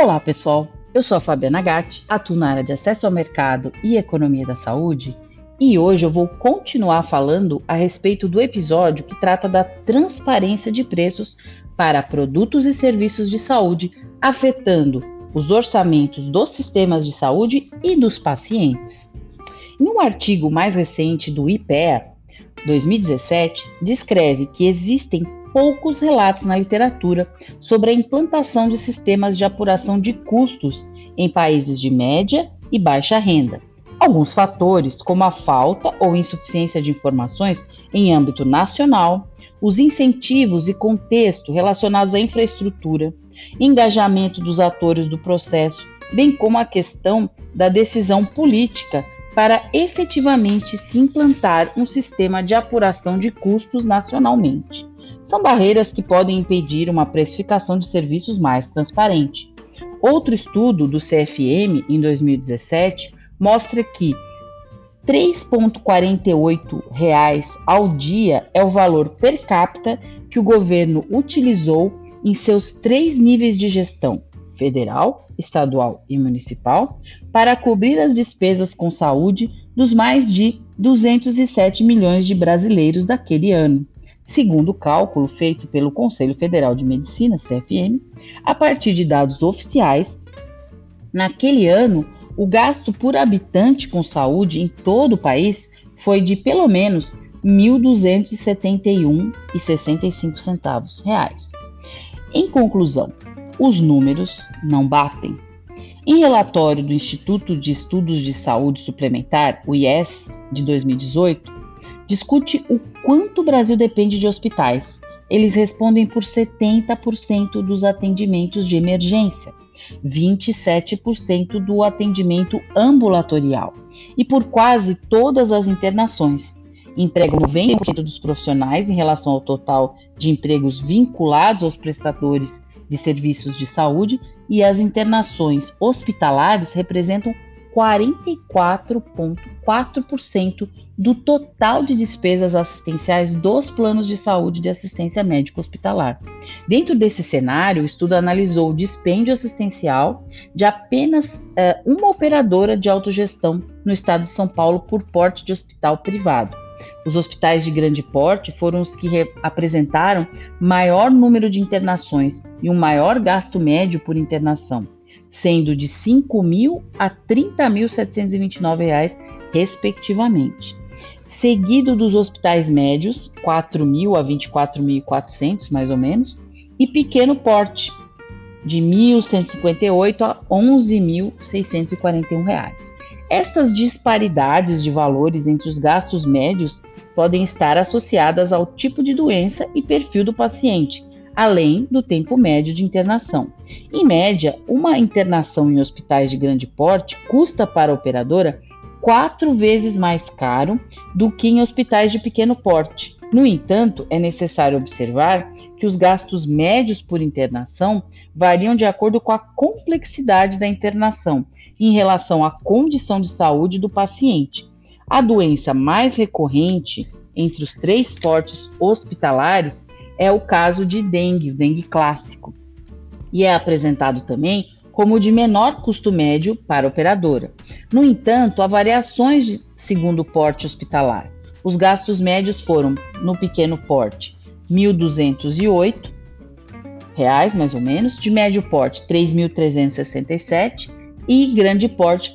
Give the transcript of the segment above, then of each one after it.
Olá, pessoal. Eu sou a Fabiana Gatti, atuo na área de acesso ao mercado e economia da saúde, e hoje eu vou continuar falando a respeito do episódio que trata da transparência de preços para produtos e serviços de saúde, afetando os orçamentos dos sistemas de saúde e dos pacientes. Em um artigo mais recente do IPEA, 2017, descreve que existem poucos relatos na literatura sobre a implantação de sistemas de apuração de custos em países de média e baixa renda. Alguns fatores, como a falta ou insuficiência de informações em âmbito nacional, os incentivos e contexto relacionados à infraestrutura, engajamento dos atores do processo, bem como a questão da decisão política para efetivamente se implantar um sistema de apuração de custos nacionalmente. São barreiras que podem impedir uma precificação de serviços mais transparente. Outro estudo do CFM, em 2017, mostra que R$ 3,48 ao dia é o valor per capita que o governo utilizou em seus 3 níveis de gestão, federal, estadual e municipal, para cobrir as despesas com saúde dos mais de 207 milhões de brasileiros daquele ano. Segundo o cálculo feito pelo Conselho Federal de Medicina, CFM, a partir de dados oficiais, naquele ano, o gasto por habitante com saúde em todo o país foi de pelo menos R$ 1.271,65. Em conclusão, os números não batem. Em relatório do Instituto de Estudos de Saúde Suplementar, o IES, de 2018, discute o quanto o Brasil depende de hospitais. Eles respondem por 70% dos atendimentos de emergência, 27% do atendimento ambulatorial e por quase todas as internações. Empregam 90% dos profissionais em relação ao total de empregos vinculados aos prestadores de serviços de saúde, e as internações hospitalares representam 44,4% do total de despesas assistenciais dos planos de saúde de assistência médica hospitalar. Dentro desse cenário, o estudo analisou o dispêndio assistencial de apenas uma operadora de autogestão no estado de São Paulo por porte de hospital privado. Os hospitais de grande porte foram os que apresentaram maior número de internações e um maior gasto médio por internação, sendo de R$ 5.000 a R$ 30.729, respectivamente. Seguido dos hospitais médios, R$ 4.000 a R$ 24.400, mais ou menos, e pequeno porte, de R$ 1.158 a R$ 11.641. Estas disparidades de valores entre os gastos médios podem estar associadas ao tipo de doença e perfil do paciente, além do tempo médio de internação. Em média, uma internação em hospitais de grande porte custa para a operadora 4 vezes mais caro do que em hospitais de pequeno porte. No entanto, é necessário observar que os gastos médios por internação variam de acordo com a complexidade da internação em relação à condição de saúde do paciente. A doença mais recorrente entre os 3 portes hospitalares é o caso de dengue, o dengue clássico, e é apresentado também como de menor custo médio para a operadora. No entanto, há variações segundo o porte hospitalar. Os gastos médios foram, no pequeno porte, R$ 1.208, mais ou menos, de médio porte, R$ 3.367 e grande porte, R$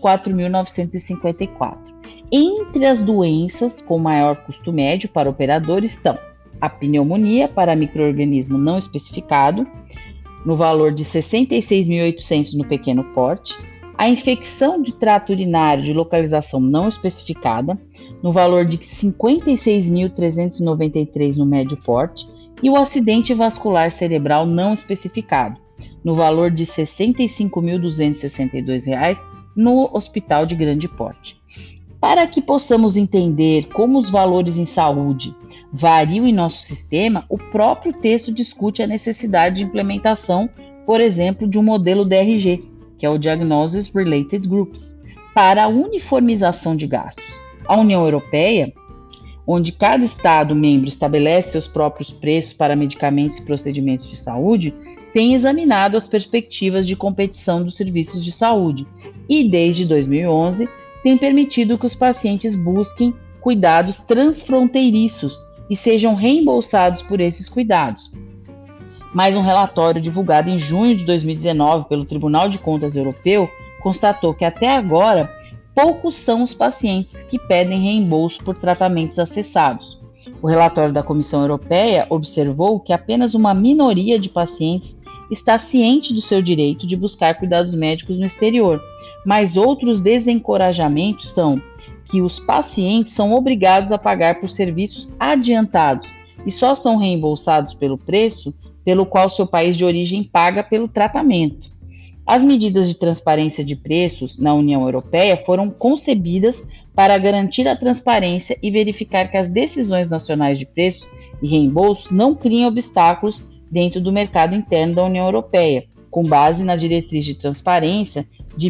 4.954. Entre as doenças com maior custo médio para o operador estão a pneumonia para micro-organismo não especificado, no valor de R$ 66.800 no pequeno porte, a infecção de trato urinário de localização não especificada, no valor de R$ 56.393 no médio porte, e o acidente vascular cerebral não especificado, no valor de R$ 65.262 no hospital de grande porte. Para que possamos entender como os valores em saúde variam em nosso sistema, o próprio texto discute a necessidade de implementação, por exemplo, de um modelo DRG, que é o Diagnosis Related Groups, para a uniformização de gastos. A União Europeia, onde cada Estado membro estabelece seus próprios preços para medicamentos e procedimentos de saúde, tem examinado as perspectivas de competição dos serviços de saúde e, desde 2011, tem permitido que os pacientes busquem cuidados transfronteiriços e sejam reembolsados por esses cuidados. Mas um relatório divulgado em junho de 2019 pelo Tribunal de Contas Europeu constatou que até agora poucos são os pacientes que pedem reembolso por tratamentos acessados. O relatório da Comissão Europeia observou que apenas uma minoria de pacientes está ciente do seu direito de buscar cuidados médicos no exterior, mas outros desencorajamentos são que os pacientes são obrigados a pagar por serviços adiantados e só são reembolsados pelo preço pelo qual seu país de origem paga pelo tratamento. As medidas de transparência de preços na União Europeia foram concebidas para garantir a transparência e verificar que as decisões nacionais de preços e reembolsos não criem obstáculos dentro do mercado interno da União Europeia, com base na Diretriz de Transparência de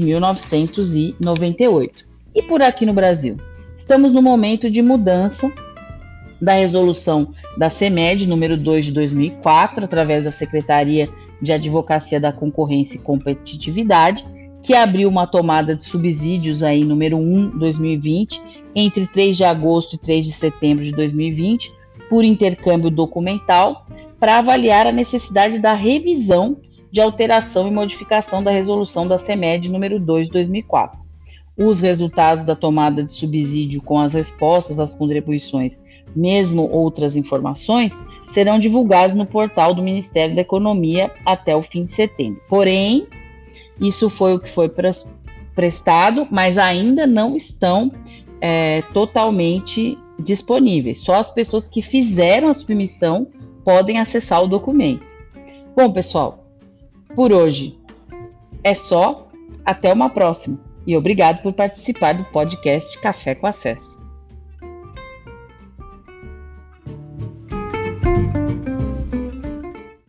1998. E por aqui no Brasil? Estamos no momento de mudança da resolução da CEMED, número 2 de 2004, através da Secretaria de Advocacia da Concorrência e Competitividade, que abriu uma tomada de subsídios aí, número 1, 2020, entre 3 de agosto e 3 de setembro de 2020, por intercâmbio documental, para avaliar a necessidade da revisão de alteração e modificação da resolução da CEMED, número 2 de 2004. Os resultados da tomada de subsídio com as respostas às contribuições, mesmo outras informações, serão divulgados no portal do Ministério da Economia até o fim de setembro. Porém, isso foi o que foi prestado, mas ainda não estão totalmente disponíveis. Só as pessoas que fizeram a submissão podem acessar o documento. Bom, pessoal, por hoje é só. Até uma próxima. E obrigado por participar do podcast Café com Acesso.